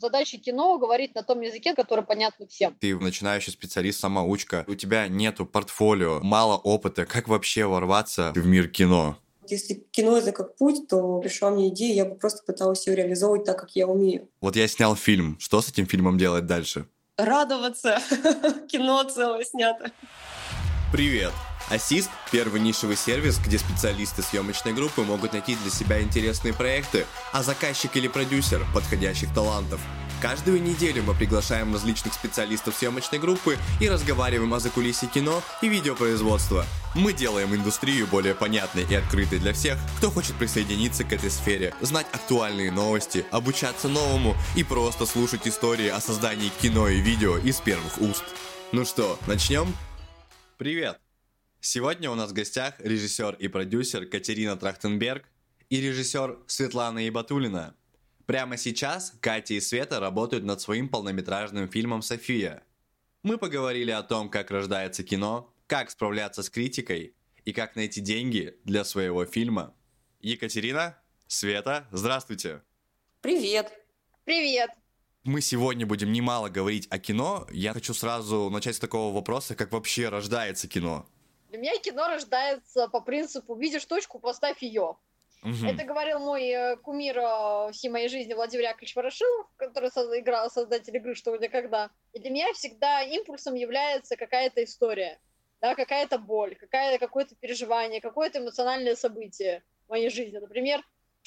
Задача кино — говорить на том языке, который понятен всем. Ты начинающий специалист-самоучка, у тебя нету портфолио, мало опыта. Как вообще ворваться в мир кино? Если кино — это как путь, то пришла мне идея, я бы просто пыталась ее реализовывать так, как я умею. Вот я снял фильм. Что с этим фильмом делать дальше? Радоваться. Кино целое снято. Привет! Assist — первый нишевый сервис, где специалисты съемочной группы могут найти для себя интересные проекты, а заказчик или продюсер — подходящих талантов. Каждую неделю мы приглашаем различных специалистов съемочной группы и разговариваем о закулисье кино и видеопроизводства. Мы делаем индустрию более понятной и открытой для всех, кто хочет присоединиться к этой сфере, знать актуальные новости, обучаться новому и просто слушать истории о создании кино и видео из первых уст. Ну что, начнем? Привет! Сегодня у нас в гостях режиссер и продюсер Катерина Трахтенберг и режиссер Светлана Ибатуллина. Прямо сейчас Катя и Света работают над своим полнометражным фильмом «София». Мы поговорили о том, как рождается кино, как справляться с критикой и как найти деньги для своего фильма. Екатерина, Света, здравствуйте! Привет! Привет! Мы сегодня будем немало говорить о кино. Я хочу сразу начать с такого вопроса, как вообще рождается кино. Для меня кино рождается по принципу «видишь точку, поставь ее». Это говорил мой кумир всей моей жизни Владимир Яковлевич Ворошилов, который играл создатель игры «Что, где, когда». И для меня всегда импульсом является какая-то история, да, какая-то боль, какое-то переживание, какое-то эмоциональное событие в моей жизни. Например,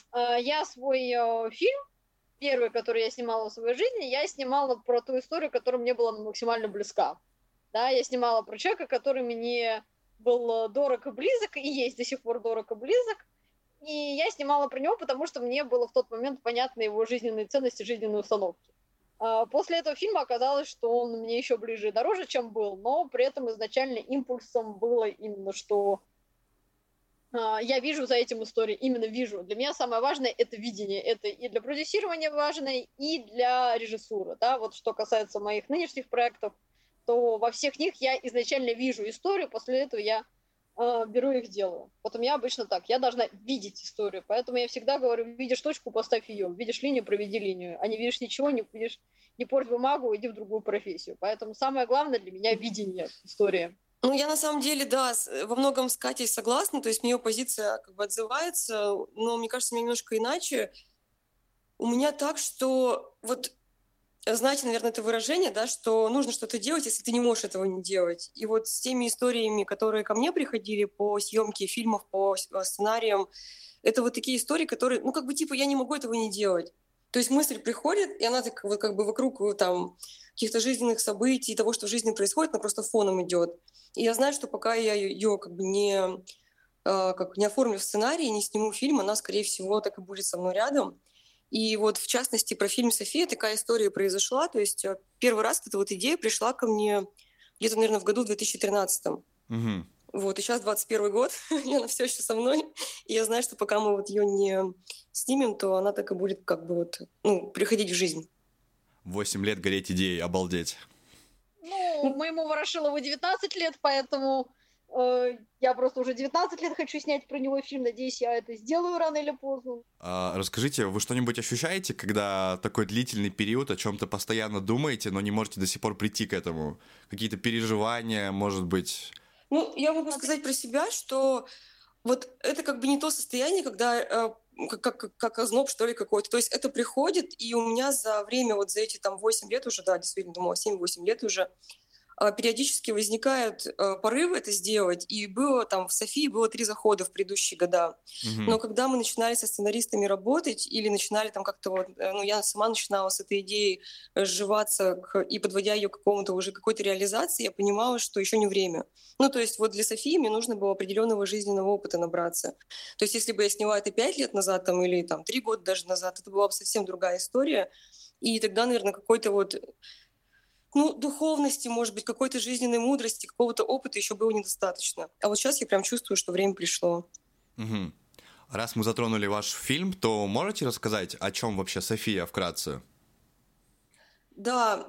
я свой фильм, первый, который я снимала в своей жизни, я снимала про ту историю, которая мне была максимально близка. Да, я снимала про человека, который мне был дорог и близок, и есть до сих пор дорог и близок. И я снимала про него, потому что мне было в тот момент понятны его жизненные ценности, жизненные установки. После этого фильма оказалось, что он мне еще ближе и дороже, чем был, но при этом изначально импульсом было именно, что я вижу за этим историю, именно вижу. Для меня самое важное — это видение. Это и для продюсирования важно, и для режиссуры. Да? Вот что касается моих нынешних проектов, то во всех них я изначально вижу историю, после этого я беру их, делаю. Вот у меня обычно так. Я должна видеть историю. Поэтому я всегда говорю: видишь точку, поставь ее. Видишь линию, проведи линию. А не видишь ничего, не видишь, не порть бумагу, иди в другую профессию. Поэтому самое главное для меня — видение истории. Ну, я на самом деле, да, во многом с Катей согласна. То есть ее позиция как бы отзывается, но мне кажется, мне немножко иначе. У меня так, что вот знаете, наверное, это выражение, да, что нужно что-то делать, если ты не можешь этого не делать. И вот с теми историями, которые ко мне приходили по съемке фильмов, по сценариям, это вот такие истории, которые, ну, как бы, типа, я не могу этого не делать. То есть мысль приходит, и она так вот как бы вокруг там каких-то жизненных событий, того, что в жизни происходит, она просто фоном идет. И я знаю, что пока я ее как бы не оформлю в сценарий, не сниму фильм, она, скорее всего, так и будет со мной рядом. И вот, в частности, про фильм «София» такая история произошла. То есть первый раз эта вот идея пришла ко мне где-то, наверное, в году 2013. Вот, и сейчас 21 год, и она все еще со мной. И я знаю, что пока мы вот ее не снимем, то она так и будет как бы вот, ну, приходить в жизнь. 8 лет гореть идеей, обалдеть. Ну, моему Ворошилову 19 лет, поэтому я просто уже 19 лет хочу снять про него фильм. Надеюсь, я это сделаю рано или поздно. Расскажите, вы что-нибудь ощущаете, когда такой длительный период, о чем-то постоянно думаете, но не можете до сих пор прийти к этому? Какие-то переживания, может быть? Ну, я могу сказать про себя, что вот это как бы не то состояние, когда как озноб, что ли, какой-то. То есть это приходит, и у меня за время, вот за эти там 8 лет уже, да, действительно, думала, 7-8 лет уже, периодически возникают порывы это сделать. И было там в «Софии» было 3 захода в предыдущие года. Но когда мы начинали со сценаристами работать или начинали там как-то вот... Ну, я сама начинала с этой идеей сживаться и подводя ее к какому-то уже какой-то реализации, я понимала, что еще не время. Ну, то есть вот для «Софии» мне нужно было определенного жизненного опыта набраться. То есть если бы я сняла это 5 лет назад там, или там 3 года даже назад, это была бы совсем другая история. И тогда, наверное, какой-то вот... Ну, духовности, может быть, какой-то жизненной мудрости, какого-то опыта еще было недостаточно. А вот сейчас я прям чувствую, что время пришло. Раз мы затронули ваш фильм, то можете рассказать, о чем вообще «София» вкратце? Да,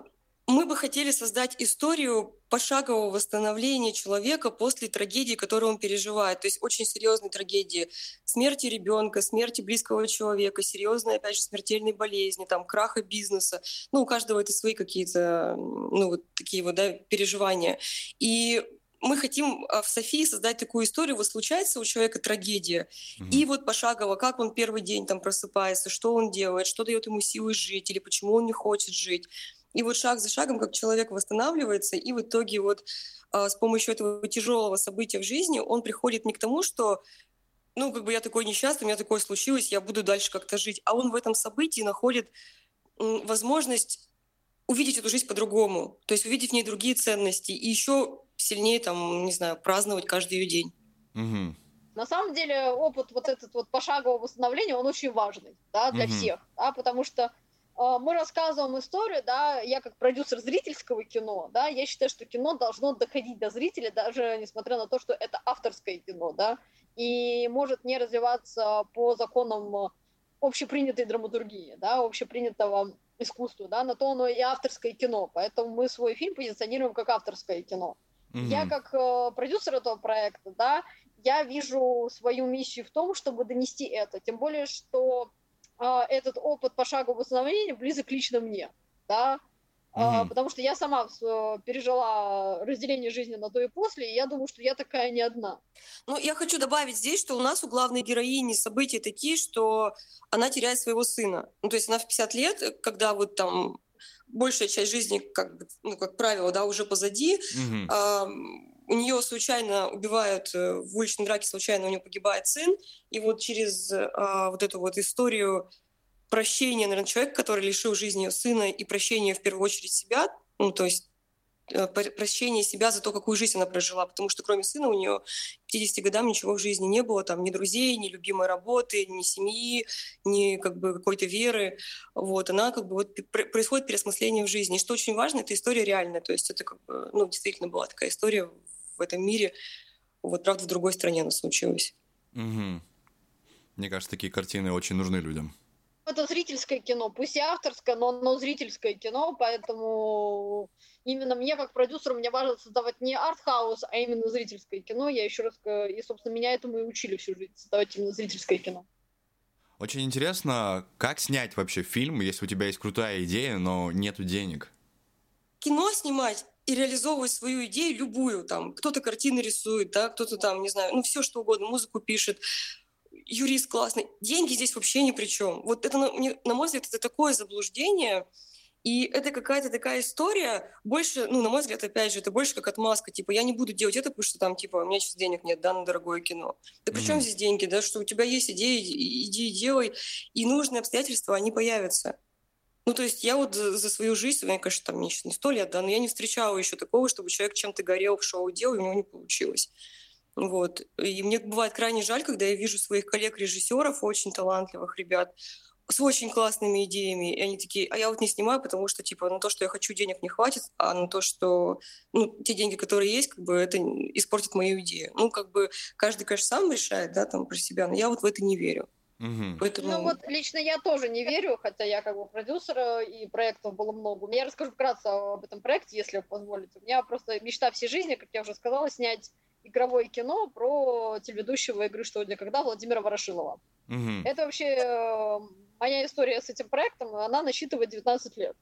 Мы бы хотели создать историю пошагового восстановления человека после трагедии, которую он переживает. То есть очень серьезные трагедии смерти ребенка, смерти близкого человека, серьезные, опять же, смертельные болезни, там, краха бизнеса. Ну, у каждого это свои какие-то, ну, вот такие вот, да, переживания. И мы хотим в Софии создать такую историю, вот случается у человека трагедия, и вот пошагово, как он первый день там просыпается, что он делает, что дает ему силы жить, или почему он не хочет жить. И вот шаг за шагом, как человек восстанавливается, и в итоге вот с помощью этого тяжелого события в жизни он приходит не к тому, что, ну, как бы я такой несчастный, у меня такое случилось, я буду дальше как-то жить, а он в этом событии находит возможность увидеть эту жизнь по-другому, то есть увидеть в ней другие ценности и еще сильнее, там, не знаю, праздновать каждый ее день. На самом деле опыт вот этот вот пошагового восстановления, он очень важный, да, для всех, да, потому что мы рассказываем историю, да, я как продюсер зрительского кино, да, я считаю, что кино должно доходить до зрителя, даже несмотря на то, что это авторское кино, да, и может не развиваться по законам общепринятой драматургии, да, общепринятого искусства, да, на то оно и авторское кино, поэтому мы свой фильм позиционируем как авторское кино. Я как продюсер этого проекта, да, я вижу свою миссию в том, чтобы донести это, тем более, что этот опыт пошагового восстановления близок лично мне, да, потому что я сама пережила разделение жизни на до и после, и я думаю, что я такая не одна. Ну, я хочу добавить здесь, что у нас у главной героини события такие, что она теряет своего сына. Ну, то есть она в 50 лет, когда вот там большая часть жизни, как бы, ну, как правило, да, уже позади, у нее случайно убивают в уличной драке, случайно у нее погибает сын, и вот через вот эту вот историю прощения, наверное, человека, который лишил жизни ее сына, и прощения в первую очередь себя, ну, то есть прощение себя за то, какую жизнь она прожила, потому что кроме сына у нее к 50 годам ничего в жизни не было, там ни друзей, ни любимой работы, ни семьи, ни как бы какой-то веры. Вот, она как бы вот происходит переосмысление в жизни. И что очень важно, эта история реальная, то есть это как бы, ну, действительно была такая история в этом мире, вот, правда, в другой стране она случилась. Мне кажется, такие картины очень нужны людям. Это зрительское кино, пусть и авторское, но оно зрительское кино, поэтому именно мне, как продюсеру, мне важно создавать не артхаус, а именно зрительское кино. Я еще раз, и, собственно, меня этому и учили всю жизнь, создавать именно зрительское кино. Очень интересно, как снять вообще фильм, если у тебя есть крутая идея, но нету денег? Кино снимать и реализовывать свою идею любую, там, кто-то картины рисует, да, кто-то там, не знаю, ну, все что угодно, музыку пишет, юрист классный. Деньги здесь вообще ни при чем. Вот это, на мой взгляд, это такое заблуждение, и это какая-то такая история, больше, ну, на мой взгляд, опять же, это больше как отмазка, типа, я не буду делать это, потому что там, типа, у меня сейчас денег нет, да, на дорогое кино. Да при чем здесь деньги, да, что у тебя есть идея, иди и делай, и нужные обстоятельства, они появятся. Ну, то есть я вот за свою жизнь, мне, конечно, там, мне сейчас не 100 лет, да, но я не встречала еще такого, чтобы человек чем-то горел в шоу делал, и у него не получилось. Вот. И мне бывает крайне жаль, когда я вижу своих коллег-режиссеров, очень талантливых ребят, с очень классными идеями, и они такие, а я вот не снимаю, потому что, типа, на то, что я хочу, денег не хватит, а на то, что, ну, те деньги, которые есть, как бы, это испортит мою идею. Ну, как бы, каждый, конечно, сам решает, да, там, про себя, но я вот в это не верю. Поэтому... Ну вот лично я тоже не верю, хотя я как бы продюсер, и проектов было много. Я расскажу вкратце об этом проекте, если вы позволите. У меня просто мечта всей жизни, как я уже сказала, снять игровое кино про телеведущего игры «Что, где, когда» Владимира Ворошилова. Это вообще моя история с этим проектом, она насчитывает 19 лет.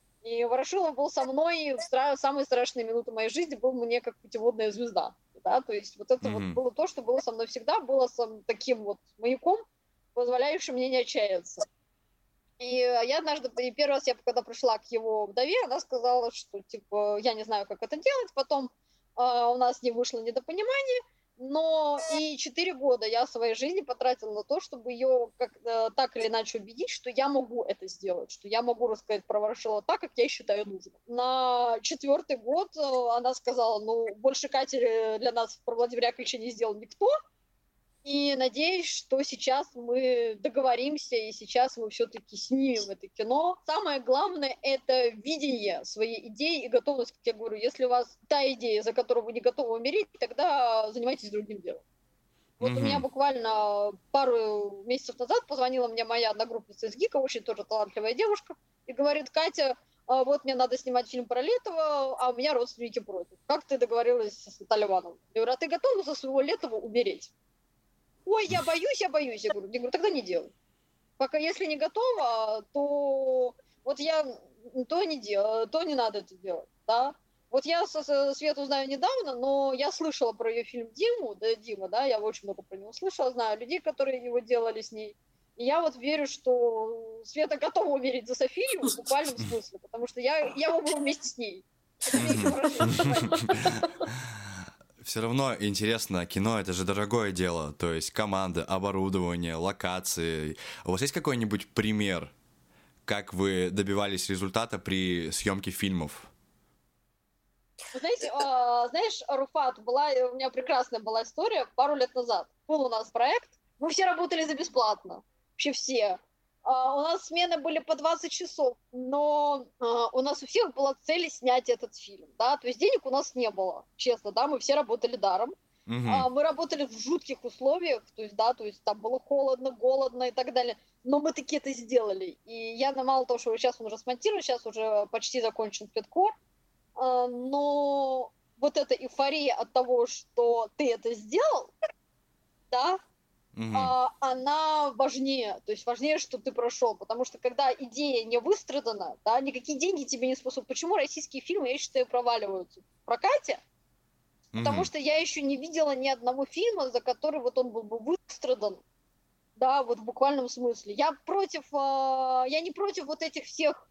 И Ворошилов был со мной в самые страшные минуты моей жизни, был мне как путеводная звезда. Да? То есть вот это вот было то, что было со мной всегда, было таким вот маяком, позволяющим мне не отчаяться. И я однажды, и первый раз я когда пришла к его вдове, она сказала, что типа я не знаю, как это делать, потом у нас не вышло недопонимание, но и 4 года я своей жизни потратила на то, чтобы ее так или иначе убедить, что я могу это сделать, что я могу рассказать про Ворошилова так, как я считаю нужным. На 4-й год она сказала, ну, больше катери для нас про Владимира Яковлевича не сделал никто, и надеюсь, что сейчас мы договоримся, и сейчас мы все-таки снимем это кино. Самое главное – это видение своей идеи и готовность, как я говорю. Если у вас та идея, за которую вы не готовы умереть, тогда занимайтесь другим делом. Вот у меня буквально пару месяцев назад позвонила мне моя одногруппница из ГИКа, очень тоже талантливая девушка, и говорит, Катя, вот мне надо снимать фильм про Летова, а у меня родственники против. Как ты договорилась с Натальей Ивановной? Я говорю, а ты готова за своего Летова умереть? Ой, я боюсь. Я говорю, тогда не делай. Пока если не готова, то вот я то не делаю, то не надо это делать, да. Вот я Свету знаю недавно, но я слышала про ее фильм Дима, да, я очень много про него слышала, знаю людей, которые его делали с ней. И я вот верю, что Света готова умереть за Софию в буквальном смысле, потому что я умру вместе с ней. Все равно интересно, кино — это же дорогое дело, то есть команда, оборудование, локации. У вас есть какой-нибудь пример, как вы добивались результата при съемке фильмов? Знаете, знаешь, Руфат, у меня прекрасная была история пару лет назад. Был у нас проект, мы все работали за бесплатно, вообще все. У нас смены были по 20 часов, но у нас у всех была цель снять этот фильм, да, то есть денег у нас не было, честно, да, мы все работали даром. Мы работали в жутких условиях, то есть, да, то есть там было холодно, голодно и так далее, но мы таки это сделали. И я мало того, что сейчас он уже смонтирован, сейчас уже почти закончен спидкор, но вот эта эйфория от того, что ты это сделал, да, она важнее, то есть важнее, что ты прошел, потому что когда идея не выстрадана, да, никакие деньги тебе не способны. Почему российские фильмы, я считаю, проваливаются в прокате? Потому что я еще не видела ни одного фильма, за который вот он был бы выстрадан, да, вот в буквальном смысле. Я не против вот этих всех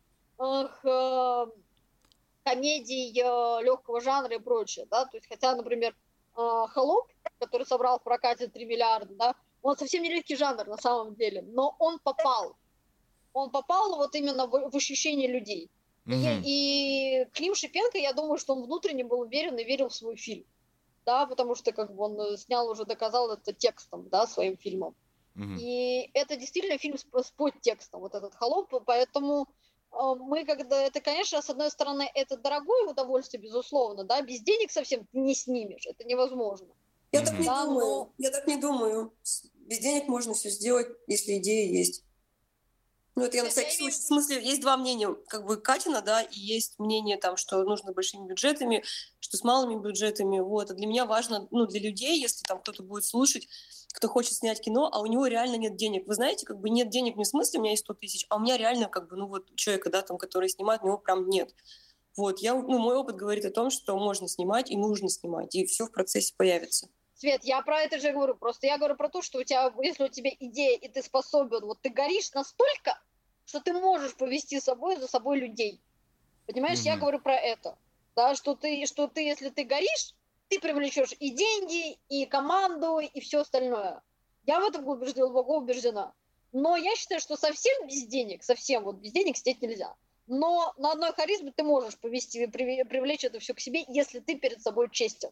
комедий легкого жанра и прочее, да, то есть хотя, например, «Холоп», который собрал в прокате 3 миллиарда, да, он совсем не легкий жанр на самом деле, но он попал вот именно в ощущение людей. И Клим Шипенко, я думаю, что он внутренне был уверен и верил в свой фильм, да, потому что как бы он снял, уже доказал это текстом, да, своим фильмом. И это действительно фильм с подтекстом, вот этот «Холоп», поэтому мы это, конечно, с одной стороны, это дорогое удовольствие, безусловно, да, без денег совсем ты не снимешь, это невозможно. Я так не думаю. Без денег можно все сделать, если идея есть. Ну, это я на всякий случай. В смысле, есть два мнения. Как бы Катина, да, и есть мнение там, что нужно большими бюджетами, что с малыми бюджетами. Вот. А для меня важно, для людей, если там кто-то будет слушать, кто хочет снять кино, а у него реально нет денег. Вы знаете, как бы нет денег не в смысле, у меня есть 100 тысяч, а у меня реально как бы, человека, да, там, который снимает, у него прям нет. Вот. Мой опыт говорит о том, что можно снимать и нужно снимать, и все в процессе появится. Свет, я про это же говорю. Просто я говорю про то, что если у тебя идея, и ты способен, вот ты горишь настолько, что ты можешь повести за собой людей. Понимаешь, я говорю про это. Да, что ты, если ты горишь, ты привлечешь и деньги, и команду, и все остальное. Я в этом глубоко убеждена. Но я считаю, что совсем без денег сидеть нельзя. Но на одной харизме ты можешь привлечь это все к себе, если ты перед собой честен.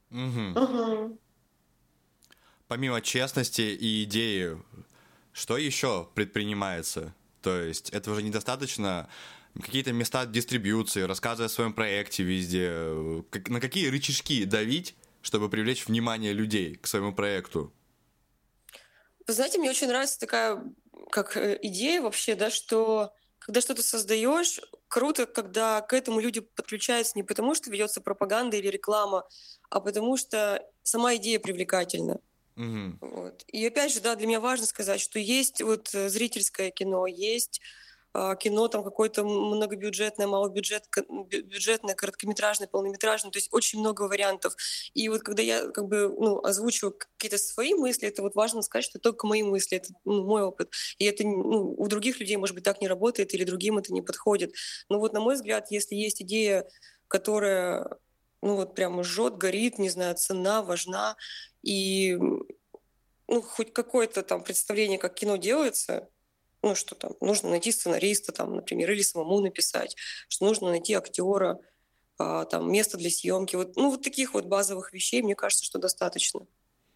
Помимо честности и идеи, что еще предпринимается? То есть это уже недостаточно какие-то места дистрибьюции, рассказывать о своем проекте везде. На какие рычажки давить, чтобы привлечь внимание людей к своему проекту? Вы знаете, мне очень нравится такая как идея вообще, да, что когда что-то создаешь, круто, когда к этому люди подключаются не потому, что ведется пропаганда или реклама, а потому что сама идея привлекательна. Вот. И опять же, да, для меня важно сказать, что есть вот зрительское кино, есть кино там какое-то многобюджетное, малобюджетное, короткометражное, полнометражное, то есть очень много вариантов. И вот когда я как бы озвучиваю какие-то свои мысли, это вот важно сказать, что только мои мысли, это мой опыт. И это у других людей, может быть, так не работает, или другим это не подходит. Но вот на мой взгляд, если есть идея, которая прям жжет, горит, не знаю, цена важна, и хоть какое-то там представление, как кино делается, что там нужно найти сценариста, там, например, или самому написать, что нужно найти актера, там, место для съемки. Вот таких вот базовых вещей, мне кажется, что достаточно.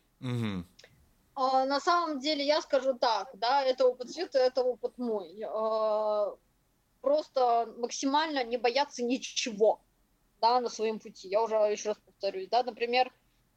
На самом деле, я скажу так, да, это опыт Света, это опыт мой. Просто максимально не бояться ничего, да, на своем пути. Я уже еще раз повторюсь, да, например,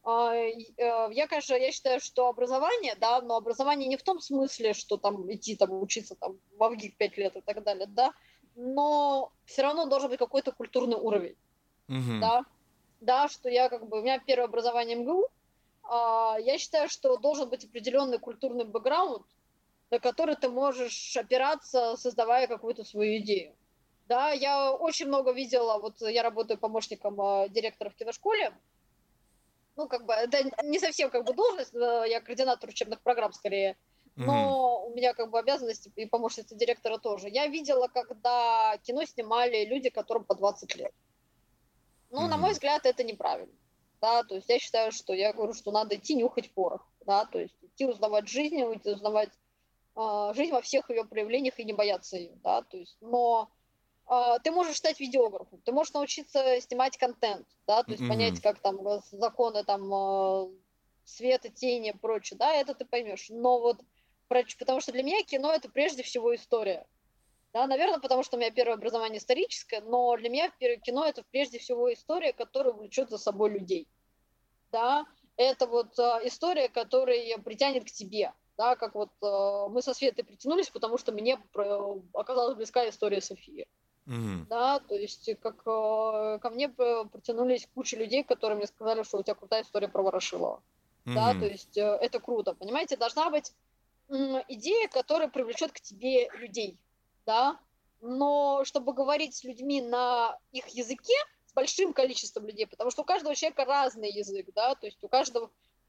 я считаю, что образование, да, но образование не в том смысле, что там идти там учиться там в ВГИК 5 лет и так далее, да, но все равно должен быть какой-то культурный уровень, да, да, что я как бы, у меня первое образование МГУ, я считаю, что должен быть определенный культурный бэкграунд, на который ты можешь опираться, создавая какую-то свою идею. Да, я очень много видела, вот я работаю помощником директора в киношколе, ну, как бы, это не совсем как бы должность, я координатор учебных программ скорее, но у меня как бы обязанности и помощница директора тоже. Я видела, когда кино снимали люди, которым по 20 лет. Ну, на мой взгляд, это неправильно. Да, то есть я считаю, что я говорю, что надо идти нюхать порох, да, то есть идти узнавать жизнь, идти узнавать жизнь во всех ее проявлениях и не бояться ее, да, то есть, но ты можешь стать видеографом, ты можешь научиться снимать контент, да, то есть понять, как там законы там света, тени и прочее, да, это ты поймешь, но вот, потому что для меня кино это прежде всего история, да, наверное, потому что у меня первое образование историческое, но для меня кино это прежде всего история, которая влечет за собой людей, да, это вот история, которая притянет к тебе, да, как вот мы со Светой притянулись, потому что мне оказалась близка история Софии. Да, то есть как ко мне протянулись куча людей, которые мне сказали, что у тебя крутая история про Ворошилова. Да, то есть это круто, понимаете, должна быть идея, которая привлечет к тебе людей, да, но чтобы говорить с людьми на их языке, с большим количеством людей, потому что у каждого человека разный язык, да, то есть у каждого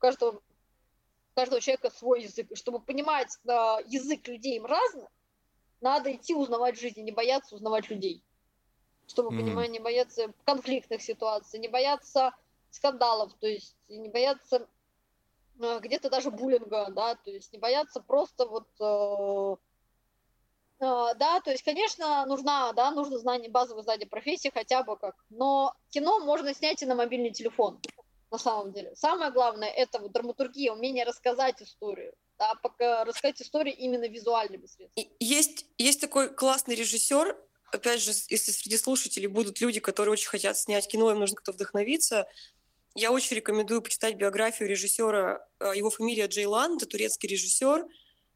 человека свой язык, и чтобы понимать язык людей им разных, надо идти узнавать жизнь, не бояться узнавать людей. Чтобы понимать, не бояться конфликтных ситуаций, не бояться скандалов, то есть не бояться где-то даже буллинга, да, то есть не бояться просто вот... да, то есть, конечно, нужно знание, базовое знание профессии хотя бы как, но кино можно снять и на мобильный телефон, на самом деле. Самое главное, это вот драматургия, умение рассказать историю, да, рассказать историю именно визуальными средствами. Есть такой классный режиссер, опять же, если среди слушателей будут люди, которые очень хотят снять кино, им нужно кто-то вдохновиться, я очень рекомендую почитать биографию режиссера. Его фамилия Джейлан, это турецкий режиссер.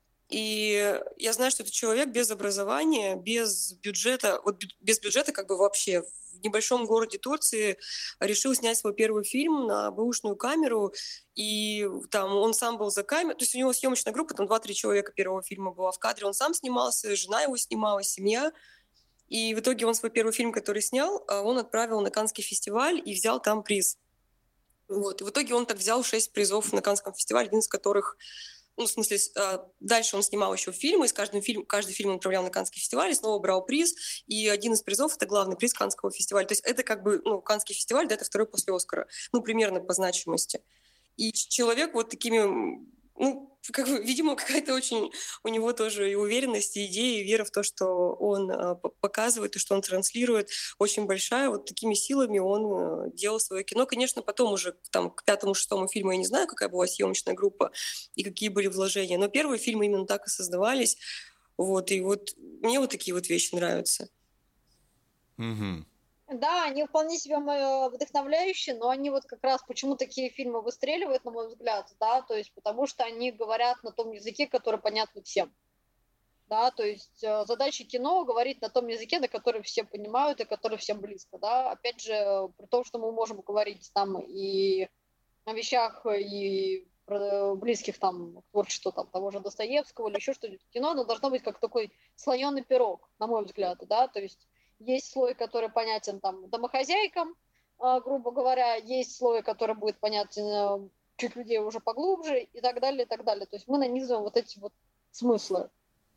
И я знаю, что это человек без образования, без бюджета, вот без бюджета как бы вообще в небольшом городе Турции решил снять свой первый фильм на бэушную камеру, и там он сам был за камерой, то есть у него съемочная группа, там 2-3 человека первого фильма была в кадре, он сам снимался, жена его снималась, семья, и в итоге он свой первый фильм, который снял, он отправил на Каннский фестиваль и взял там приз. Вот. И в итоге он так взял 6 призов на Каннском фестивале, один из которых, ну, в смысле, дальше он снимал еще фильмы, и каждый фильм он отправлял на Каннский фестиваль, и снова брал приз, и один из призов — это главный приз Каннского фестиваля. То есть это как бы, ну, Каннский фестиваль, да, это второй после Оскара, ну, примерно по значимости. И человек вот такими... Ну, как бы, видимо, какая-то очень у него тоже и уверенность, и идея, и вера в то, что он показывает, и что он транслирует, очень большая. Вот такими силами он делал свое кино. Конечно, потом уже там, к 5-6 фильму я не знаю, какая была съемочная группа и какие были вложения, но первые фильмы именно так и создавались. Вот, и вот мне вот такие вот вещи нравятся. Да, они вполне себе вдохновляющие, но они вот как раз почему такие фильмы выстреливают, на мой взгляд, да, то есть потому что они говорят на том языке, который понятен всем. Да, то есть задача кино говорить на том языке, на котором все понимают и который всем близко, да. Опять же, при том, что мы можем говорить там и о вещах и близких там к творчеству там, того же Достоевского или еще что-то. Кино, оно должно быть как такой слоеный пирог, на мой взгляд, да, то есть есть слой, который понятен там домохозяйкам, грубо говоря, есть слой, который будет понятен чуть людей уже поглубже и так далее, и так далее. То есть мы нанизываем вот эти вот смыслы.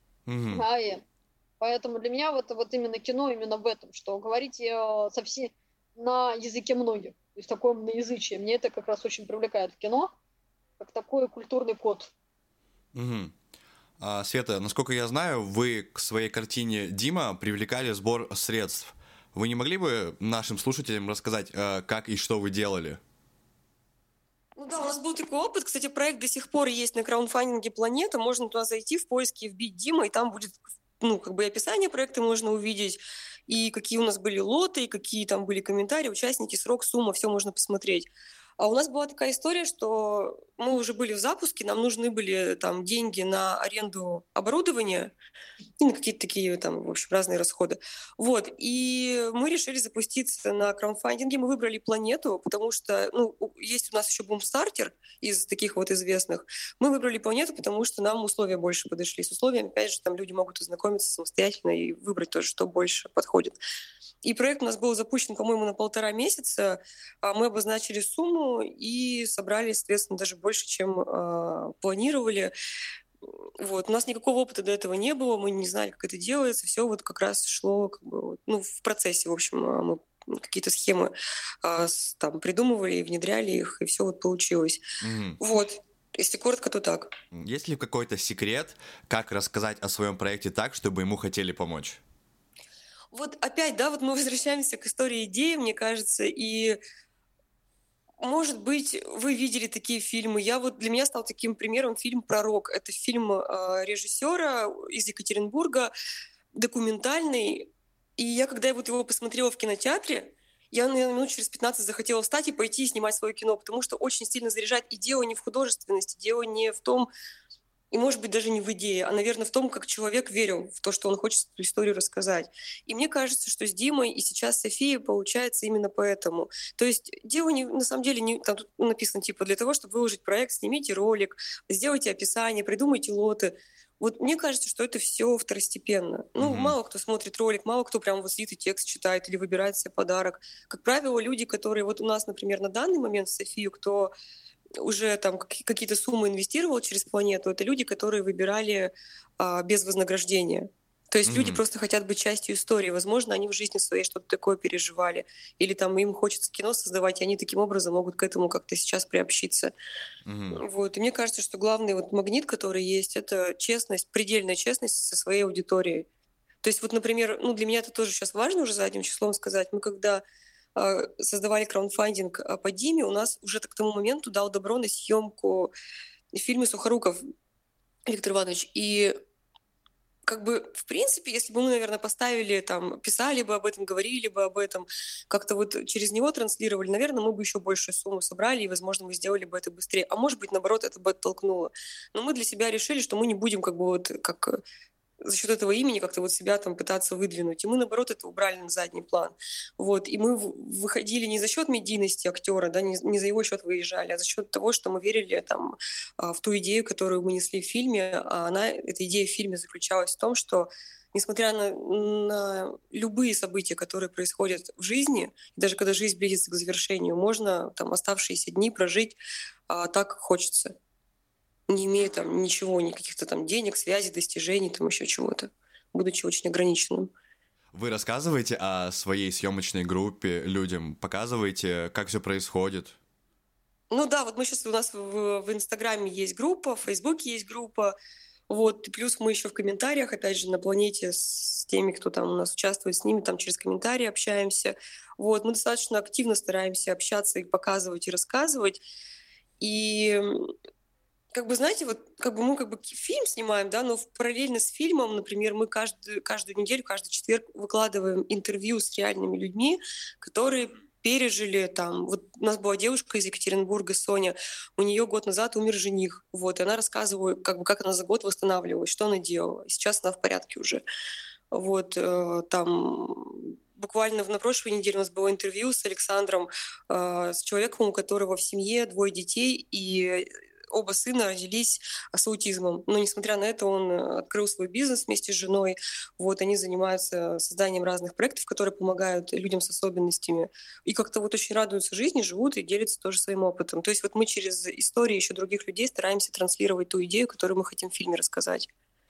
Поэтому для меня вот именно кино именно в этом, что говорить совсем на языке многих, то есть такое многоязычие. Мне это как раз очень привлекает в кино, как такой культурный код. Света, насколько я знаю, вы к своей картине «Дима» привлекали сбор средств. Вы не могли бы нашим слушателям рассказать, как и что вы делали? Ну да, у нас был такой опыт. Кстати, проект до сих пор есть на краундфандинге «Планета». Можно туда зайти, в поиске вбить «Дима», и там будет, ну, как бы описание проекта можно увидеть, и какие у нас были лоты, и какие там были комментарии, участники, срок, сумма, все можно посмотреть. А у нас была такая история, что мы уже были в запуске, нам нужны были там деньги на аренду оборудования и на какие-то такие там, в общем, разные расходы. Вот. И мы решили запуститься на краудфандинге. Мы выбрали Планету, потому что, ну, есть у нас еще Бумстартер из таких вот известных. Мы выбрали Планету, потому что нам условия больше подошли. С условиями, опять же, там люди могут ознакомиться самостоятельно и выбрать тоже, что больше подходит. И проект у нас был запущен, по-моему, на 1,5 месяца. Мы обозначили сумму и собрали, соответственно, даже больше, чем планировали. Вот. У нас никакого опыта до этого не было, мы не знали, как это делается. Все вот как раз шло как бы, ну, в процессе, в общем, мы какие-то схемы там придумывали и внедряли их, и все вот получилось. Вот. Если коротко, то так. Есть ли какой-то секрет, как рассказать о своем проекте так, чтобы ему хотели помочь? Вот опять, да, вот мы возвращаемся к истории идеи, мне кажется, и, может быть, вы видели такие фильмы. Для меня стал таким примером фильм «Пророк». Это фильм режиссера из Екатеринбурга, документальный. И я, когда вот его посмотрела в кинотеатре, я, наверное, минут через 15 захотела встать и пойти снимать свое кино, потому что очень сильно заряжает. И дело не в художественности, дело не в том, и, может быть, даже не в идее, а, наверное, в том, как человек верил в то, что он хочет эту историю рассказать. И мне кажется, что с Димой и сейчас Софией получается именно поэтому. То есть дело на самом деле, там тут написано, типа, для того, чтобы выложить проект, снимите ролик, сделайте описание, придумайте лоты. Вот мне кажется, что это все второстепенно. Ну, мало кто смотрит ролик, мало кто прям вот сидит и текст читает или выбирает себе подарок. Как правило, люди, которые вот у нас, например, на данный момент в Софию, кто уже там какие-то суммы инвестировал через Планету, это люди, которые выбирали без вознаграждения. То есть люди просто хотят быть частью истории. Возможно, они в жизни своей что-то такое переживали. Или там им хочется кино создавать, и они таким образом могут к этому как-то сейчас приобщиться. Вот. И мне кажется, что главный вот магнит, который есть, это честность, предельная честность со своей аудиторией. То есть вот, например, ну, для меня это тоже сейчас важно уже задним числом сказать. Мы когда создавали краундфандинг по Диме, у нас уже к тому моменту дал добро на съемку фильма «Сухоруков» Виктор Иванович. И как бы, в принципе, если бы мы, наверное, поставили, там, писали бы об этом, говорили бы об этом, как-то вот через него транслировали, наверное, мы бы еще большую сумму собрали, и, возможно, мы сделали бы это быстрее. А может быть, наоборот, это бы оттолкнуло. Но мы для себя решили, что мы не будем как бы вот как за счет этого имени как-то вот себя там пытаться выдвинуть. И мы, наоборот, это убрали на задний план. Вот. И мы выходили не за счет медийности актера, да, не за его счет выезжали, а за счет того, что мы верили там в ту идею, которую мы несли в фильме. А эта идея в фильме заключалась в том, что несмотря на любые события, которые происходят в жизни, даже когда жизнь близится к завершению, можно там оставшиеся дни прожить так, как хочется, не имея там ничего, никаких-то там денег, связей, достижений, там еще чего-то, будучи очень ограниченным. Вы рассказываете о своей съемочной группе людям, показываете, как все происходит? Ну да, вот мы сейчас, у нас в Инстаграме есть группа, в Фейсбуке есть группа, вот, и плюс мы еще в комментариях, опять же, на Планете с теми, кто там у нас участвует, с ними там через комментарии общаемся. Вот, мы достаточно активно стараемся общаться и показывать, и рассказывать. И как бы, знаете, вот как бы мы как бы фильм снимаем, да, но параллельно с фильмом, например, мы каждую неделю, каждый четверг выкладываем интервью с реальными людьми, которые пережили там... Вот у нас была девушка из Екатеринбурга, Соня, у нее год назад умер жених, вот, и она рассказывает, как бы, как она за год восстанавливалась, что она делала. Сейчас она в порядке уже. Вот, там... Буквально на прошлой неделе у нас было интервью с Александром, с человеком, у которого в семье 2 детей, и оба сына родились с аутизмом. Но, несмотря на это, он открыл свой бизнес вместе с женой. Вот, они занимаются созданием разных проектов, которые помогают людям с особенностями. И как-то вот очень радуются жизни, живут и делятся тоже своим опытом. То есть вот мы через истории еще других людей стараемся транслировать ту идею, которую мы хотим в фильме рассказать.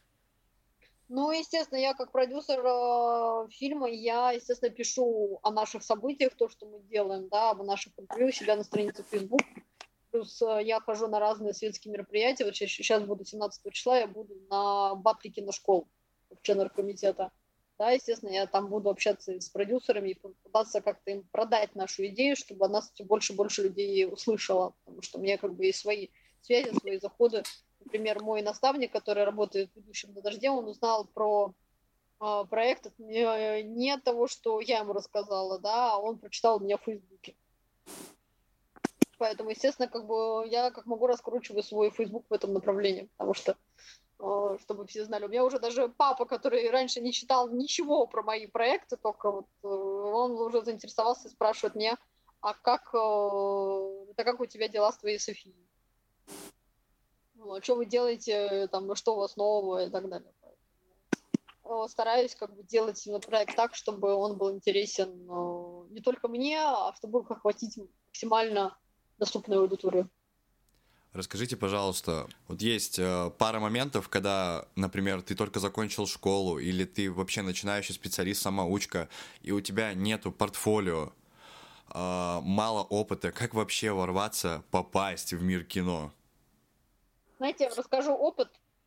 Ну, естественно, я как продюсер фильма, я, естественно, пишу о наших событиях, то, что мы делаем, да, об наших интервью у себя на странице Facebook. Плюс я хожу на разные светские мероприятия. Вот сейчас буду 17 числа, я буду на батле киношкол, член оргкомитета. Да, естественно, я там буду общаться с продюсерами и пытаться как-то им продать нашу идею, чтобы нас все больше и больше людей услышало. Потому что у меня как бы есть свои связи, свои заходы. Например, мой наставник, который работает ведущим на «Дожде», он узнал про проект не от того, что я ему рассказала, да, а он прочитал у меня в Фейсбуке. Поэтому, естественно, как бы я как могу раскручиваю свой Facebook в этом направлении, потому что, чтобы все знали, у меня уже даже папа, который раньше не читал ничего про мои проекты, только вот он уже заинтересовался и спрашивает меня, а как у тебя дела с твоей Софией? Что вы делаете, там, что у вас нового и так далее. Стараюсь как бы делать именно проект так, чтобы он был интересен не только мне, а чтобы охватить максимально доступную аудиторию. Расскажите, пожалуйста, вот есть пара моментов, когда, например, ты только закончил школу, или ты вообще начинающий специалист-самоучка, и у тебя нету портфолио, мало опыта. Как вообще ворваться, попасть в мир кино? Знаете, я расскажу опыт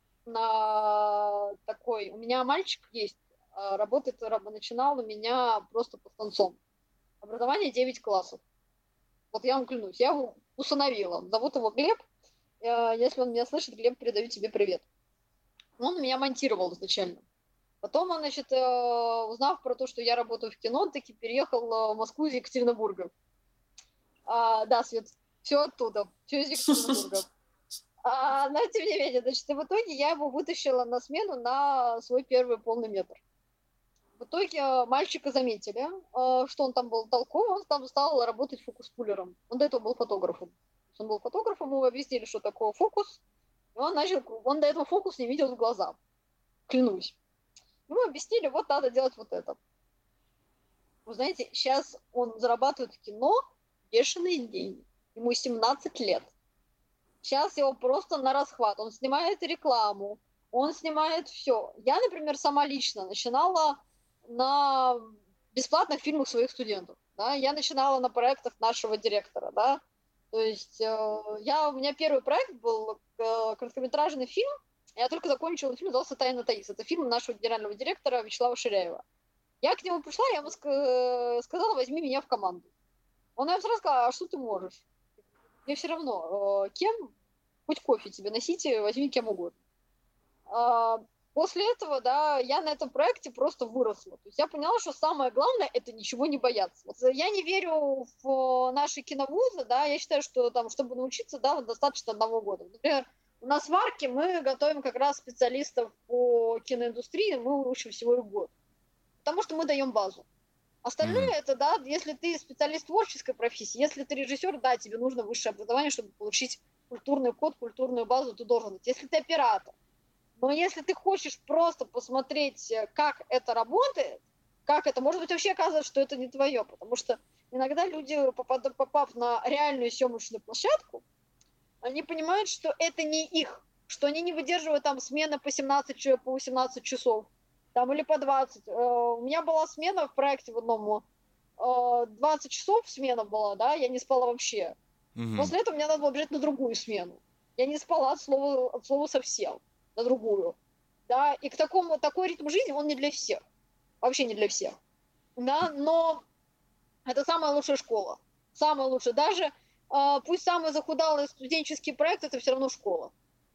на такой. У меня мальчик есть, начинал у меня просто по станцом. Образование 9 классов. Вот я вам клянусь, я его усыновила. Зовут его Глеб. Если он меня слышит, Глеб, передаю тебе привет. Он меня монтировал изначально. Потом он, значит, узнав про то, что я работаю в кино, он таки переехал в Москву из Екатеринбурга. Да, Свет, все оттуда, все из Екатеринбурга. Но тем не менее, значит, и в итоге я его вытащила на смену на свой первый полный метр. В итоге мальчика заметили, что он там был толковый, он там стал работать фокус-пулером. Он до этого был фотографом. Он был фотографом, ему объяснили, что такое фокус, и он до этого фокус не видел в глаза. Клянусь. Ему объяснили, вот надо делать вот это. Вы знаете, сейчас он зарабатывает в кино бешеные деньги. Ему 17 лет. Сейчас его просто на расхват. Он снимает рекламу, он снимает все. Я, например, сама лично начинала на бесплатных фильмах своих студентов. Да? Я начинала на проектах нашего директора. Да? То есть у меня первый проект был короткометражный фильм. Я только закончила фильм, назывался «Тайна Таис». Это фильм нашего генерального директора Вячеслава Ширяева. Я к нему пришла, я ему сказала, возьми меня в команду. Он мне сразу сказал, а что ты можешь? Мне все равно, кем, хоть кофе тебе носите, возьми кем угодно. После этого, да, я на этом проекте просто выросла. То есть я поняла, что самое главное – это ничего не бояться. Вот я не верю в наши киновузы, да, я считаю, что там, чтобы научиться, да, достаточно 1 года. Например, у нас в Арке мы готовим как раз специалистов по киноиндустрии, мы учим всего и год. Потому что мы даем базу. Остальное это, да, если ты специалист творческой профессии, если ты режиссер, да, тебе нужно высшее образование, чтобы получить культурный код, культурную базу, ты должен быть. Если ты оператор, но если ты хочешь просто посмотреть, как это работает, как это, может быть, вообще оказывается, что это не твое, потому что иногда люди, попав на реальную съемочную площадку, они понимают, что это не их, что они не выдерживают там смены по 18 часов, там или по 20. У меня была смена в проекте в одном, 20 часов смена была, да, я не спала вообще. После этого мне надо было бежать на другую смену. Я не спала от слова совсем, на другую. Да, и такой ритм жизни, он не для всех. Вообще не для всех. Да, но это самая лучшая школа. Самая лучшая. Даже пусть самый захудалый студенческий проект, это все равно школа.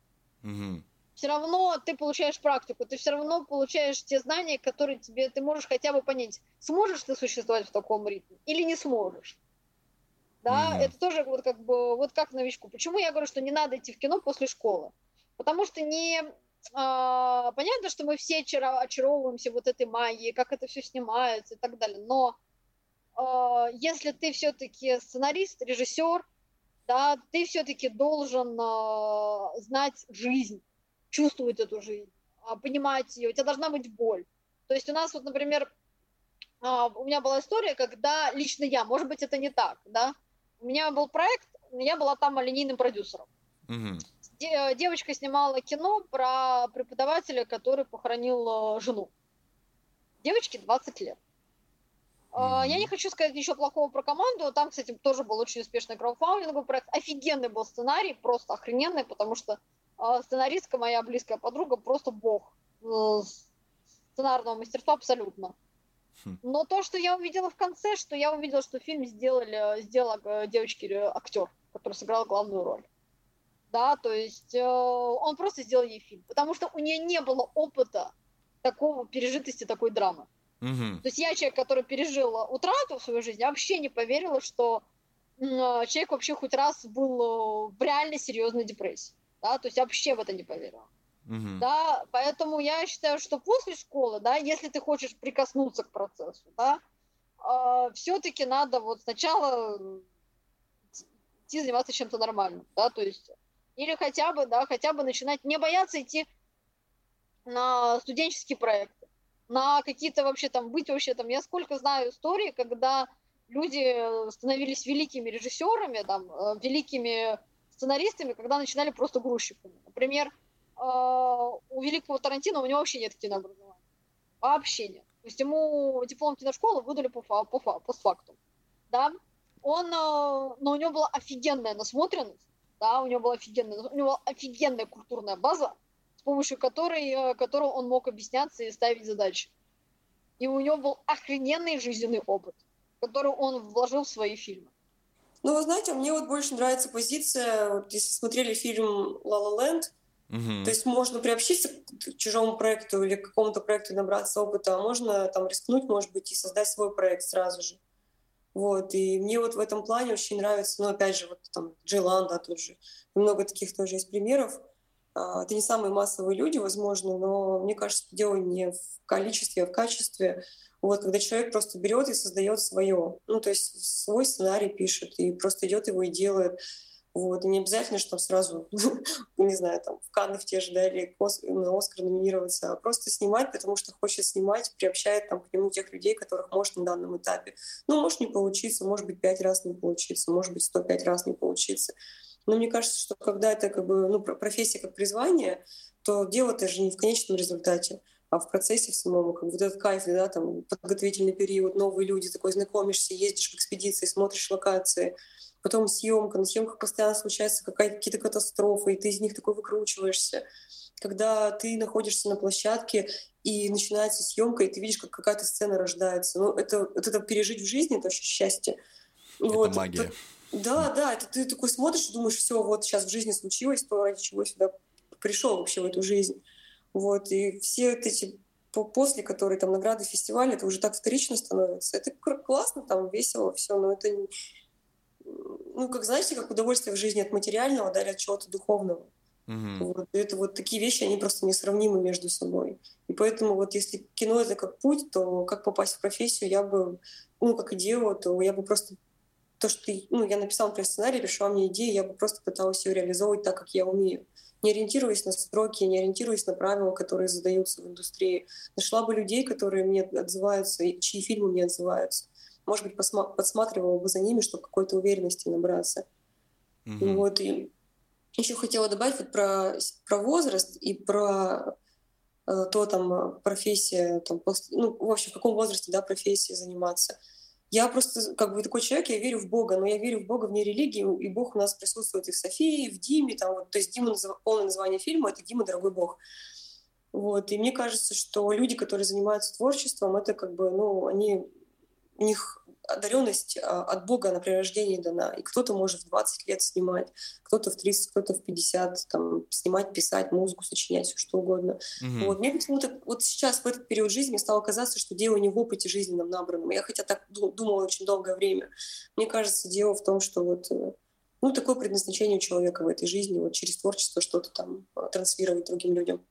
Все равно ты получаешь практику, ты все равно получаешь те знания, которые ты можешь хотя бы понять, сможешь ты существовать в таком ритме или не сможешь. Да, это тоже вот как бы, вот как новичку. Почему я говорю, что не надо идти в кино после школы? Потому что понятно, что мы все очаровываемся вот этой магией, как это все снимается и так далее, но если ты все-таки сценарист, режиссер, да, ты все-таки должен знать жизнь, чувствовать эту жизнь, понимать ее, у тебя должна быть боль. То есть у нас вот, например, у меня была история, когда лично я, может быть, это не так, да, у меня был проект, я была там линейным продюсером. Девочка снимала кино про преподавателя, который похоронил жену. Девочке 20 лет. Я не хочу сказать ничего плохого про команду. Там, кстати, тоже был очень успешный краудфандинговый проект. Офигенный был сценарий, просто охрененный, потому что сценаристка, моя близкая подруга, просто бог сценарного мастерства абсолютно. Но то, что я увидела в конце, что я увидела, что фильм сделала девочке-актер, который сыграл главную роль. Да, то есть он просто сделал ей фильм, потому что у нее не было опыта пережитости такой драмы. То есть я человек, который пережил утрату в своей жизни, вообще не поверила, что человек вообще хоть раз был в реально серьезной депрессии. Да, то есть я вообще в это не поверила. Да, поэтому я считаю, что после школы, да, если ты хочешь прикоснуться к процессу, да, все-таки надо вот сначала идти заниматься чем-то нормальным, да, то есть или хотя бы начинать не бояться идти на студенческие проекты, на какие-то вообще там быть вообще там. Я сколько знаю историй, когда люди становились великими режиссерами, там, великими сценаристами, когда начинали просто грузчиками. Например, у великого Тарантино у него вообще нет кинообразования. Вообще нет. То есть ему диплом киношколы выдали по постфактум. Да? Но у него была офигенная насмотренность, да, у него была офигенная культурная база, с помощью которой он мог объясняться и ставить задачи. И у него был охрененный жизненный опыт, который он вложил в свои фильмы. Ну, вы знаете, мне вот больше нравится позиция, вот если смотрели фильм «Ла Ла Ленд», то есть можно приобщиться к чужому проекту или к какому-то проекту и набраться опыта, а можно там рискнуть, может быть, и создать свой проект сразу же. Вот, и мне вот в этом плане очень нравится, ну, опять же, вот там Джилан, да, тот же, много таких тоже есть примеров. Это не самые массовые люди, возможно, но мне кажется, дело не в количестве, а в качестве. Вот, когда человек просто берет и создает свое, ну, то есть свой сценарий пишет и просто идет его и делает. Вот, и не обязательно, что сразу, не знаю, там, в Канны в те же, да, или на Оскар номинироваться, а просто снимать, потому что хочет снимать, приобщает там к нему тех людей, которых может на данном этапе. Ну, может не получиться, может быть, 5 раз не получиться, может быть, 105 раз не получиться. Но мне кажется, что когда это как бы, ну, профессия как призвание, то дело-то же не в конечном результате, а в процессе в самом, как вот этот кайф, да, там, подготовительный период, новые люди, такой знакомишься, ездишь в экспедиции, смотришь локации, потом съемка, на съемках постоянно случаются какие-то катастрофы, и ты из них такой выкручиваешься. Когда ты находишься на площадке, и начинается съемка, и ты видишь, как какая-то сцена рождается. Ну, это пережить в жизни, это вообще счастье. Это вот, магия. Да, это ты такой смотришь и думаешь, все, вот сейчас в жизни случилось, то, ради чего сюда пришел вообще в эту жизнь. Вот, и все вот эти после, которые там награды фестиваля, это уже так вторично становится. Это классно, там весело, все, но это ну, как знаете, как удовольствие в жизни от материального, да, или от чего-то духовного. Вот. Это вот такие вещи, они просто несравнимы между собой. И поэтому вот если кино — это как путь, то как попасть в профессию, я бы, ну, как идею, то я бы просто то, что я написала, например, сценарий, пришла мне идея, я бы просто пыталась ее реализовывать так, как я умею. Не ориентируясь на сроки, не ориентируясь на правила, которые задаются в индустрии. Нашла бы людей, которые мне отзываются, и чьи фильмы мне отзываются. Может быть, подсматривала бы за ними, чтобы какой-то уверенности набраться. Вот, и еще хотела добавить вот про возраст и про то, там, профессия, там, ну, в общем, в каком возрасте, да, профессией заниматься. Я просто как бы такой человек, я верю в Бога, но я верю в Бога вне религии, и Бог у нас присутствует и в Софии, и в Диме, там, вот, то есть Дима, полное название фильма — это «Дима, дорогой Бог». Вот, и мне кажется, что люди, которые занимаются творчеством, это как бы, ну, у них одаренность от Бога на прирождение дана. И кто-то может в 20 лет снимать, кто-то в 30, кто-то в 50, там, снимать, писать, музыку сочинять, все что угодно. Вот. Мне почему-то вот сейчас, в этот период жизни, стало казаться, что дело не в опыте жизненном набранном. Я хотя так думала очень долгое время. Мне кажется, дело в том, что вот, ну, такое предназначение у человека в этой жизни, вот через творчество что-то там транслировать другим людям.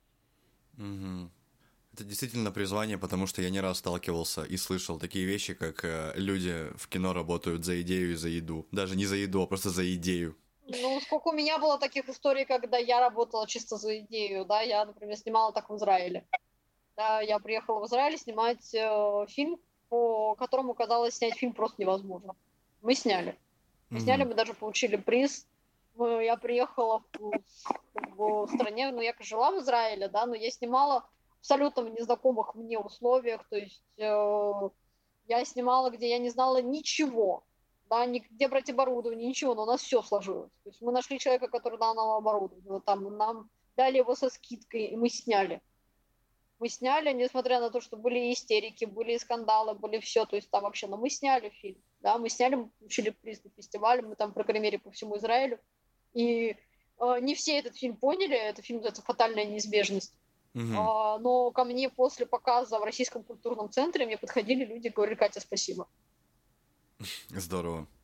Это действительно призвание, потому что я не раз сталкивался и слышал такие вещи, как люди в кино работают за идею и за еду. Даже не за еду, а просто за идею. Ну, сколько у меня было таких историй, когда я работала чисто за идею, да, я, например, снимала так в Израиле. Да, я приехала в Израиль снимать фильм, по которому казалось снять фильм просто невозможно. Мы сняли. Мы даже получили приз. Я приехала в стране, ну, я жила в Израиле, да, но я снимала абсолютно в незнакомых мне условиях, то есть я снимала, где я не знала ничего, да, нигде брать оборудование, ничего, но у нас все сложилось. То есть мы нашли человека, который дал нам оборудование, там, нам дали его со скидкой, и мы сняли. Мы сняли, несмотря на то, что были истерики, были скандалы, были все, то есть там вообще, но мы сняли фильм, да, мы сняли, мы получили приз на фестивале, мы там программировали по всему Израилю, и не все этот фильм поняли, этот фильм называется «Фатальная неизбежность». Но ко мне после показа в Российском культурном центре мне подходили люди и говорили: Катя, спасибо. Здорово.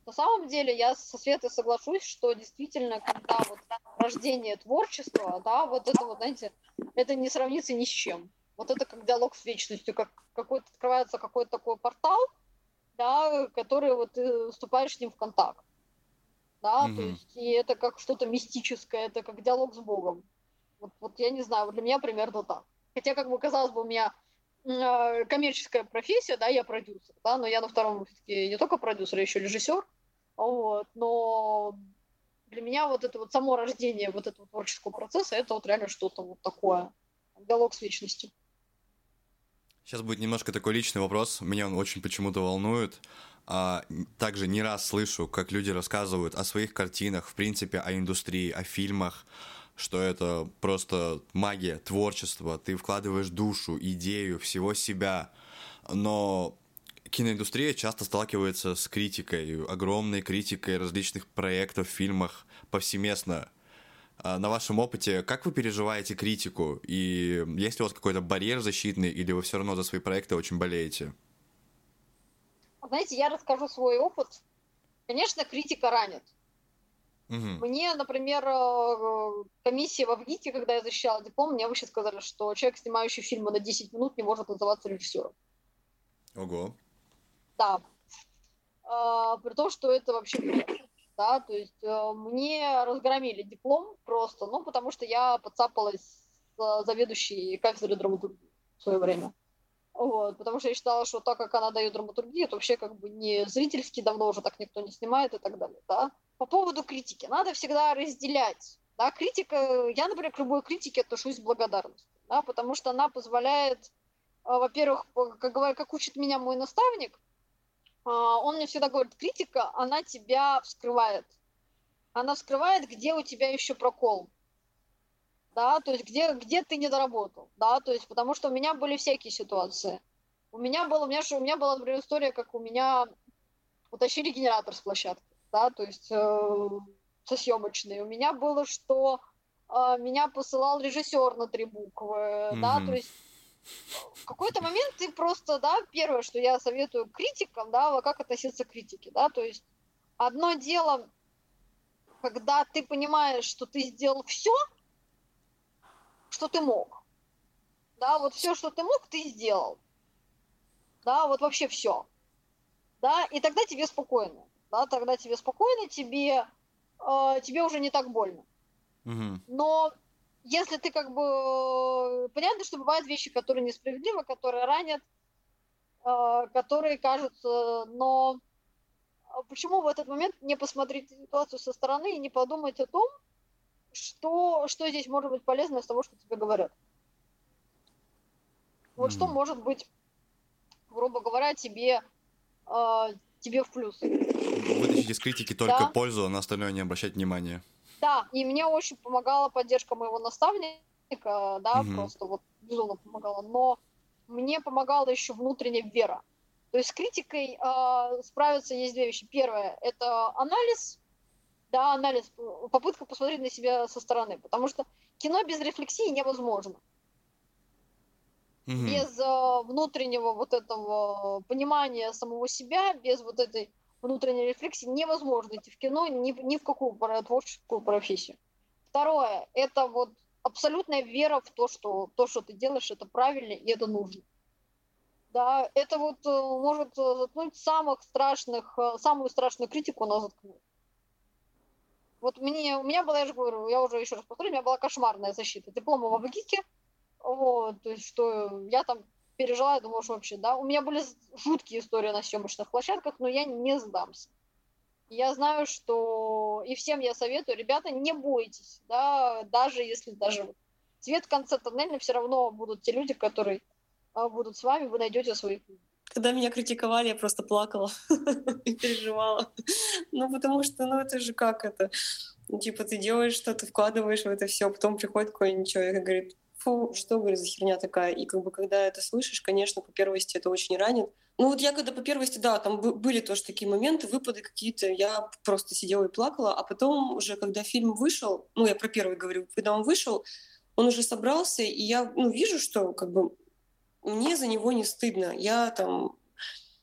на самом деле я со Светой соглашусь, что действительно, когда вот рождение творчества, да, вот это вот, знаете, это не сравнится ни с чем. Вот это как диалог с вечностью, как какой-то открывается какой-то такой портал, да, который вот ты вступаешь с ним в контакт, да, то есть и это как что-то мистическое, это как диалог с Богом. Вот я не знаю, вот для меня примерно так. Хотя, как бы, казалось бы, у меня коммерческая профессия, да, я продюсер, да, но я на втором все-таки не только продюсер, я еще режиссер, вот, но для меня вот это вот само рождение вот этого творческого процесса, это вот реально что-то вот такое, диалог с вечностью. Сейчас будет немножко такой личный вопрос, меня он очень почему-то волнует. Также не раз слышу, как люди рассказывают о своих картинах, в принципе, о индустрии, о фильмах, что это просто магия, творчество, ты вкладываешь душу, идею, всего себя. Но киноиндустрия часто сталкивается с критикой, огромной критикой различных проектов, фильмах повсеместно. На вашем опыте, как вы переживаете критику? И есть ли у вас какой-то барьер защитный, или вы все равно за свои проекты очень болеете? Знаете, я расскажу свой опыт. Конечно, критика ранит. Мне, например, комиссия в ВГИКе, когда я защищала диплом, мне вообще сказали, что человек, снимающий фильмы на 10 минут, не может называться режиссером. Ого. Да. При том, что это вообще бред. Да, то есть мне разгромили диплом просто, ну, потому что я подцапалась с заведующей кафедрой драматургии в свое время. Вот, потому что я считала, что так как она дает драматургию, это вообще как бы не зрительски, давно уже так никто не снимает и так далее, да. По поводу критики, надо всегда разделять, да, критика, я, например, к любой критике отношусь с благодарностью, да, потому что она позволяет, во-первых, как учит меня мой наставник, он мне всегда говорит, критика, она тебя вскрывает, она вскрывает, где у тебя еще прокол, да, то есть где ты не доработал, да, то есть потому что у меня были всякие ситуации. У меня была, например, история, как у меня утащили генератор с площадки, да, то есть со съемочной. У меня было, что меня посылал режиссер на 3 буквы, да, то есть в какой-то момент ты просто, да, первое, что я советую критикам, да, как относиться к критике, да, то есть одно дело, когда ты понимаешь, что ты сделал все, что ты мог. Да, вот все, что ты мог, ты сделал. Да, вот вообще все. Да, и тогда тебе спокойно. Да, тогда тебе спокойно, тебе уже не так больно. Но если ты как бы... Понятно, что бывают вещи, которые несправедливы, которые ранят, которые кажутся... Но почему в этот момент не посмотреть ситуацию со стороны и не подумать о том, что здесь может быть полезно из того, что тебе говорят? Вот что может быть, грубо говоря, тебе в плюс. Вытащить из критики только пользу, а на остальное не обращать внимания. Да, и мне очень помогала поддержка моего наставника, да, просто вот безумно помогала. Но мне помогала еще внутренняя вера. То есть с критикой справиться есть 2 вещи. Первое – это анализ, да, анализ, попытка посмотреть на себя со стороны, потому что кино без рефлексии невозможно. Без внутреннего вот этого понимания самого себя, без вот этой внутренней рефлексии невозможно идти в кино ни в какую творческую профессию. Второе – это вот абсолютная вера в то, что ты делаешь, это правильно и это нужно. Да, это вот может заткнуть самую страшную критику она заткнет. Вот у меня была, я же говорю, я уже еще раз повторю, у меня была кошмарная защита диплома в ВГИКе. Вот, то есть, что я там пережила, я думала, что вообще, да. У меня были жуткие истории на съемочных площадках, но я не сдамся. Я знаю, что и всем я советую, ребята, не бойтесь, да, даже если свет в конце тоннеля, все равно будут те люди, которые будут с вами, вы найдете своих людей. Когда меня критиковали, я просто плакала и переживала. Ну, потому что, это же как это? Типа, ты делаешь что-то, вкладываешь в это все, потом приходит какой-нибудь человек и говорит, фу, что, говорит, за херня такая? И как бы, когда это слышишь, конечно, по первости это очень ранит. Ну вот я когда по первости, да, там были тоже такие моменты, выпады какие-то, я просто сидела и плакала, а потом уже, когда фильм вышел, я про первый говорю, когда он вышел, он уже собрался, и я, вижу, что как бы мне за него не стыдно. Я там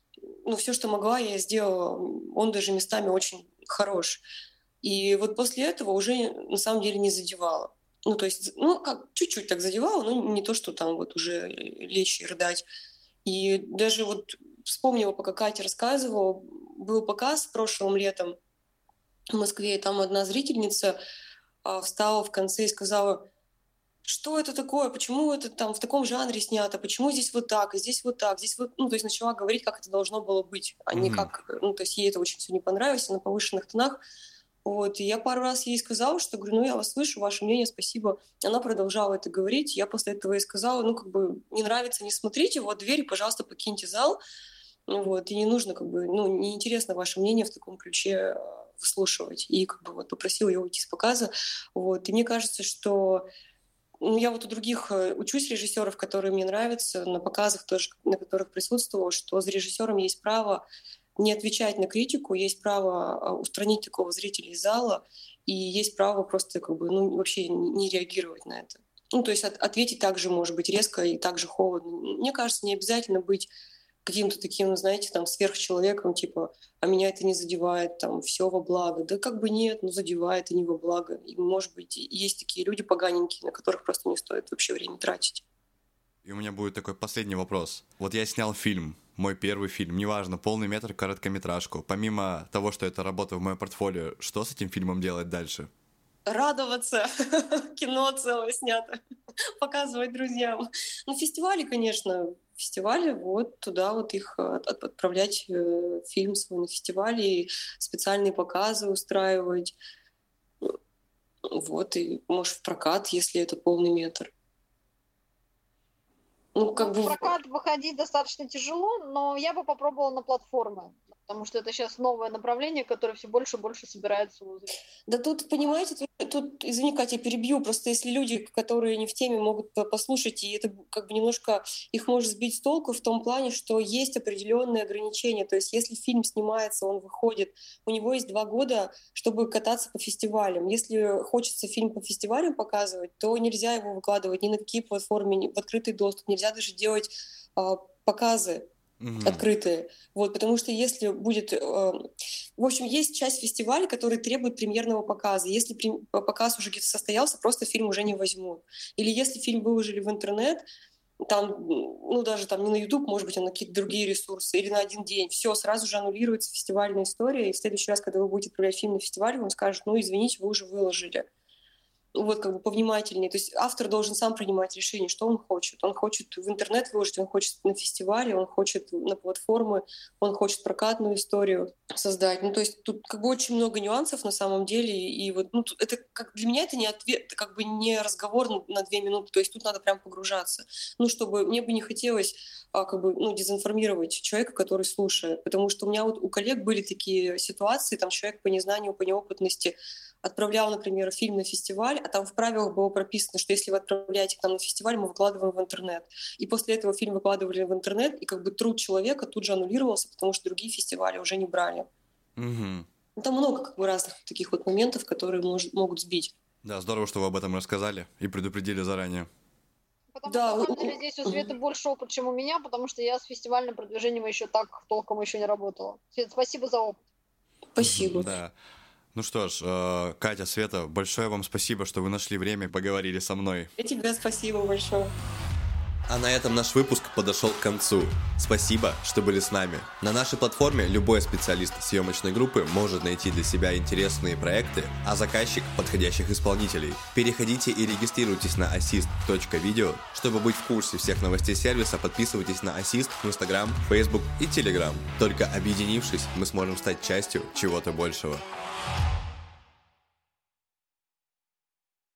все, что могла, я сделала. Он даже местами очень хорош. И вот после этого уже на самом деле не задевала. То есть, как чуть-чуть так задевала, но не то, что там вот уже лечь и рыдать. И даже вот вспомнила, пока Катя рассказывала, был показ прошлым летом в Москве, и там одна зрительница встала в конце и сказала: что это такое, почему это там в таком жанре снято, почему здесь вот так, и здесь вот так, здесь вот, то есть начала говорить, как это должно было быть, а не как, то есть ей это очень все не понравилось, на повышенных тонах. Вот, и я пару раз ей сказала, что, говорю, я вас слышу, ваше мнение, спасибо. Она продолжала это говорить, я после этого ей сказала, не нравится, не смотрите, вот двери, пожалуйста, покиньте зал, вот, и не нужно, неинтересно ваше мнение в таком ключе выслушивать. И попросила ее уйти с показа, вот, и мне кажется, что я вот у других учусь режиссеров, которые мне нравятся, на показах тоже, на которых присутствовала, что за режиссером есть право не отвечать на критику, есть право устранить такого зрителя из зала, и есть право просто вообще не реагировать на это. То есть ответить также может быть резко и также холодно. Мне кажется, не обязательно быть каким-то таким, знаете, там, сверхчеловеком, типа, а меня это не задевает, там, все во благо. Да нет, задевает и не во благо. И, может быть, есть такие люди поганенькие, на которых просто не стоит вообще время тратить. И у меня будет такой последний вопрос. Вот я снял фильм, мой первый фильм, неважно, полный метр, короткометражку. Помимо того, что это работа в моем портфолио, что с этим фильмом делать дальше? Радоваться. Кино целое снято. Показывать друзьям. Фестивали, конечно. Фестивали, вот туда вот их отправлять, фильм свой на фестивале, специальные показы устраивать. Вот, и, может, в прокат, если это полный метр. В прокат выходить достаточно тяжело, но я бы попробовала на платформы, потому что это сейчас новое направление, которое все больше и больше собирается у зрителей. Да тут, понимаете, извини, Катя, перебью, просто если люди, которые не в теме, могут послушать, и это немножко их может сбить с толку в том плане, что есть определенные ограничения. То есть если фильм снимается, он выходит, у него есть 2 года, чтобы кататься по фестивалям. Если хочется фильм по фестивалям показывать, то нельзя его выкладывать ни на какие платформы, в открытый доступ, нельзя даже делать показы открытые. Вот, потому что если будет... В общем, есть часть фестиваля, который требует премьерного показа. Если показ уже где-то состоялся, просто фильм уже не возьмут. Или если фильм выложили в интернет, там, даже там не на YouTube, может быть, а на какие-то другие ресурсы, или на 1 день, все, сразу же аннулируется фестивальная история, и в следующий раз, когда вы будете отправлять фильм на фестиваль, вам скажут: извините, вы уже выложили. Вот повнимательнее. То есть автор должен сам принимать решение, что он хочет. Он хочет в интернет выложить, он хочет на фестивале, он хочет на платформы, он хочет прокатную историю создать. То есть тут очень много нюансов на самом деле. И вот это для меня это не ответ, не разговор на 2 минуты. То есть тут надо прям погружаться. Чтобы мне бы не хотелось дезинформировать человека, который слушает. Потому что у меня у коллег были такие ситуации, там человек по незнанию, по неопытности отправлял, например, фильм на фестиваль, а там в правилах было прописано, что если вы отправляете к нам на фестиваль, мы выкладываем в интернет. И после этого фильм выкладывали в интернет, и труд человека тут же аннулировался, потому что другие фестивали уже не брали. Угу. Там много разных таких моментов, которые могут сбить. Да, здорово, что вы об этом рассказали и предупредили заранее. Потому что, на самом деле, здесь у Светы больше опыт, чем у меня, потому что я с фестивальным продвижением еще так толком еще не работала. Свет, спасибо за опыт. Спасибо. Да. Ну что ж, Катя, Света, большое вам спасибо, что вы нашли время и поговорили со мной. И тебе спасибо большое. А на этом наш выпуск подошел к концу. Спасибо, что были с нами. На нашей платформе любой специалист съемочной группы может найти для себя интересные проекты, а заказчик – подходящих исполнителей. Переходите и регистрируйтесь на assist.video. Чтобы быть в курсе всех новостей сервиса, подписывайтесь на Assist в Instagram, Facebook и Telegram. Только объединившись, мы сможем стать частью чего-то большего.